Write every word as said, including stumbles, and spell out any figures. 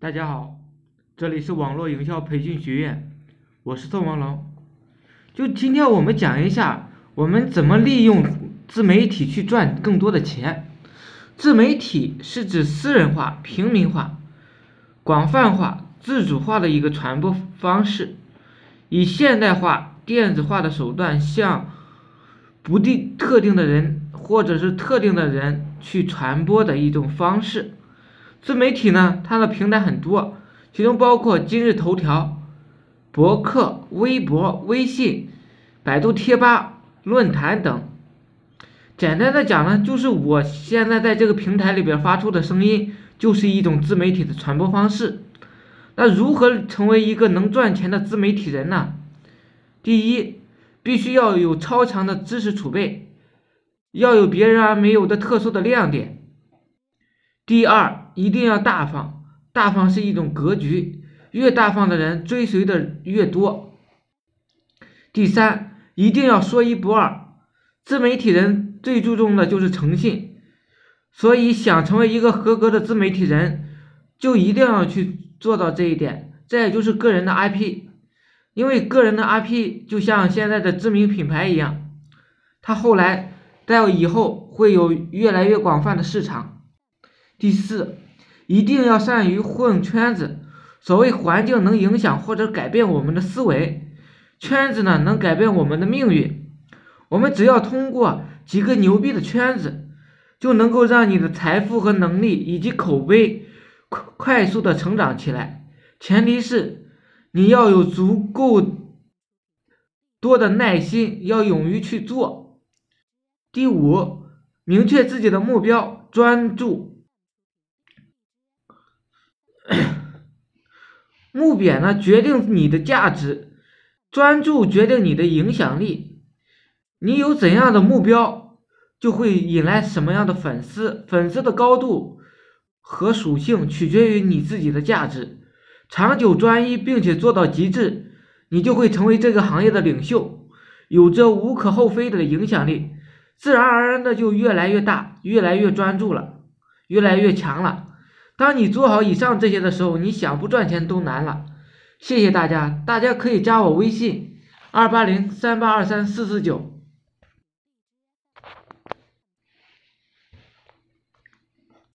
大家好，这里是网络营销培训学院，我是宋王龙。就今天我们讲一下，我们怎么利用自媒体去赚更多的钱。自媒体是指私人化、平民化、广泛化、自主化的一个传播方式，以现代化、电子化的手段向不定特定的人或者是特定的人去传播的一种方式。自媒体呢，它的平台很多，其中包括今日头条、博客、微博、微信、百度贴吧、论坛等。简单的讲呢，就是我现在在这个平台里边发出的声音，就是一种自媒体的传播方式。那如何成为一个能赚钱的自媒体人呢？第一，必须要有超强的知识储备，要有别人而没有的特殊的亮点。第二，一定要大方，大方是一种格局，越大方的人追随的越多。第三，一定要说一不二，自媒体人最注重的就是诚信，所以想成为一个合格的自媒体人，就一定要去做到这一点。再也就是个人的 I P， 因为个人的 I P 就像现在的知名品牌一样，它后来在以后会有越来越广泛的市场。第四，一定要善于混圈子。所谓环境能影响或者改变我们的思维，圈子呢能改变我们的命运。我们只要通过几个牛逼的圈子，就能够让你的财富和能力以及口碑快速的成长起来。前提是你要有足够多的耐心，要勇于去做。第五，明确自己的目标，专注。目标呢决定你的价值，专注决定你的影响力。你有怎样的目标，就会引来什么样的粉丝，粉丝的高度和属性取决于你自己的价值。长久专一并且做到极致，你就会成为这个行业的领袖，有着无可厚非的影响力，自然而然的就越来越大，越来越专注了，越来越强了。当你做好以上这些的时候，你想不赚钱都难了。谢谢大家，大家可以加我微信二八零三八二三四四九。